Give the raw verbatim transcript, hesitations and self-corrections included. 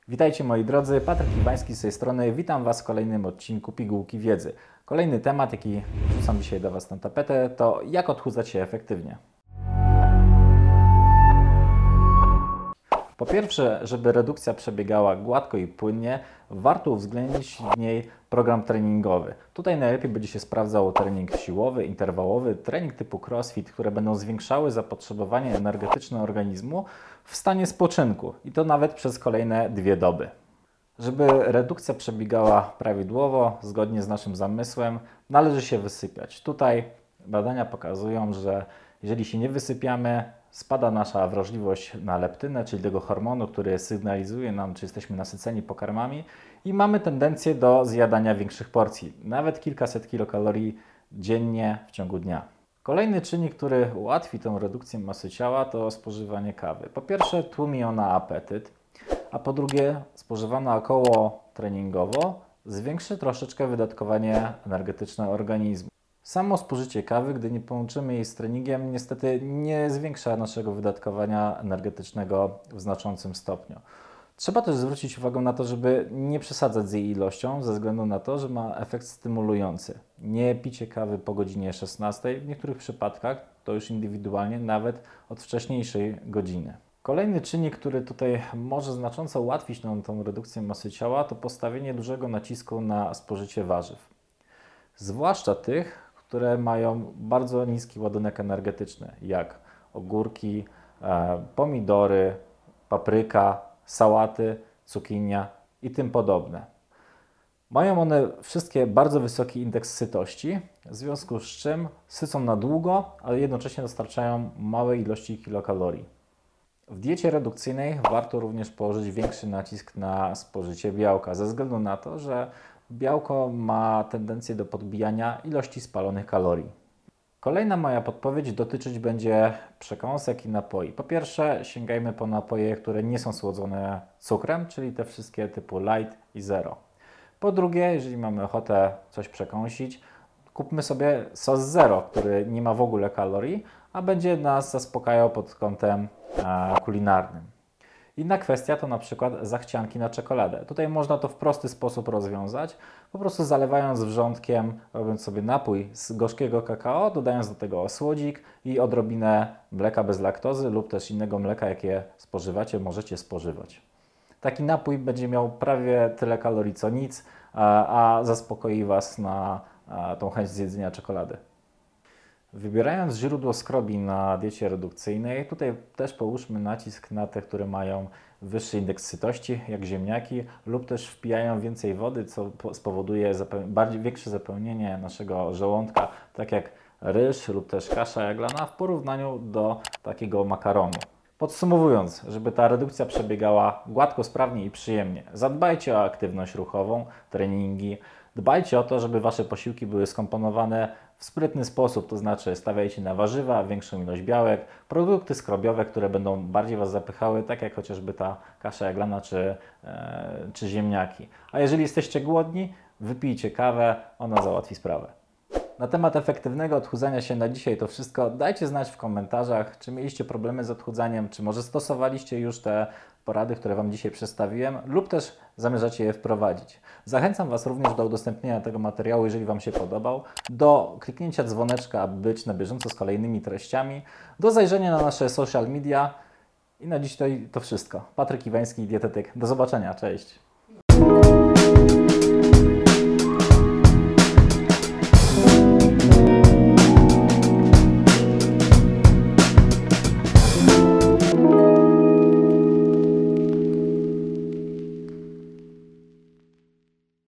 Witajcie moi drodzy, Patryk Iwański z tej strony. Witam Was w kolejnym odcinku Pigułki Wiedzy. Kolejny temat, jaki wrzucam dzisiaj do Was na tapetę, to jak odchudzać się efektywnie. Po pierwsze, żeby redukcja przebiegała gładko i płynnie, warto uwzględnić w niej program treningowy. Tutaj najlepiej będzie się sprawdzał trening siłowy, interwałowy, trening typu crossfit, które będą zwiększały zapotrzebowanie energetyczne organizmu w stanie spoczynku i to nawet przez kolejne dwie doby. Żeby redukcja przebiegała prawidłowo, zgodnie z naszym zamysłem, należy się wysypiać. Tutaj badania pokazują, że jeżeli się nie wysypiamy, spada nasza wrażliwość na leptynę, czyli tego hormonu, który sygnalizuje nam, czy jesteśmy nasyceni pokarmami i mamy tendencję do zjadania większych porcji, nawet kilkaset kilokalorii dziennie w ciągu dnia. Kolejny czynnik, który ułatwi tę redukcję masy ciała, to spożywanie kawy. Po pierwsze, tłumi ona apetyt, a po drugie, spożywana około treningowo zwiększy troszeczkę wydatkowanie energetyczne organizmu. Samo spożycie kawy, gdy nie połączymy jej z treningiem, niestety nie zwiększa naszego wydatkowania energetycznego w znaczącym stopniu. Trzeba też zwrócić uwagę na to, żeby nie przesadzać z jej ilością, ze względu na to, że ma efekt stymulujący. Nie picie kawy po godzinie szesnastej, w niektórych przypadkach, to już indywidualnie, nawet od wcześniejszej godziny. Kolejny czynnik, który tutaj może znacząco ułatwić nam tą redukcję masy ciała, to postawienie dużego nacisku na spożycie warzyw. Zwłaszcza tych, które mają bardzo niski ładunek energetyczny, jak ogórki, e, pomidory, papryka, sałaty, cukinia i tym podobne. Mają one wszystkie bardzo wysoki indeks sytości, w związku z czym sycą na długo, ale jednocześnie dostarczają małej ilości kilokalorii. W diecie redukcyjnej warto również położyć większy nacisk na spożycie białka, ze względu na to, że białko ma tendencję do podbijania ilości spalonych kalorii. Kolejna moja podpowiedź dotyczyć będzie przekąsek i napoi. Po pierwsze, sięgajmy po napoje, które nie są słodzone cukrem, czyli te wszystkie typu light i zero. Po drugie, jeżeli mamy ochotę coś przekąsić, kupmy sobie sos zero, który nie ma w ogóle kalorii, a będzie nas zaspokajał pod kątem e, kulinarnym. Inna kwestia to na przykład zachcianki na czekoladę. Tutaj można to w prosty sposób rozwiązać, po prostu zalewając wrzątkiem, robiąc sobie napój z gorzkiego kakao, dodając do tego słodzik i odrobinę mleka bez laktozy lub też innego mleka, jakie spożywacie, możecie spożywać. Taki napój będzie miał prawie tyle kalorii co nic, a, a zaspokoi Was na a, tą chęć zjedzenia czekolady. Wybierając źródło skrobi na diecie redukcyjnej, tutaj też połóżmy nacisk na te, które mają wyższy indeks sytości, jak ziemniaki, lub też wpijają więcej wody, co spowoduje bardziej większe zapełnienie naszego żołądka, tak jak ryż lub też kasza jaglana w porównaniu do takiego makaronu. Podsumowując, żeby ta redukcja przebiegała gładko, sprawnie i przyjemnie, zadbajcie o aktywność ruchową, treningi, dbajcie o to, żeby Wasze posiłki były skomponowane w sprytny sposób, to znaczy stawiajcie na warzywa, większą ilość białek, produkty skrobiowe, które będą bardziej Was zapychały, tak jak chociażby ta kasza jaglana czy, e, czy ziemniaki. A jeżeli jesteście głodni, wypijcie kawę, ona załatwi sprawę. Na temat efektywnego odchudzania się na dzisiaj to wszystko. Dajcie znać w komentarzach, czy mieliście problemy z odchudzaniem, czy może stosowaliście już te porady, które Wam dzisiaj przedstawiłem, lub też zamierzacie je wprowadzić. Zachęcam Was również do udostępnienia tego materiału, jeżeli Wam się podobał, do kliknięcia dzwoneczka, aby być na bieżąco z kolejnymi treściami, do zajrzenia na nasze social media i na dziś to, to wszystko. Patryk Iwański, dietetyk. Do zobaczenia, cześć!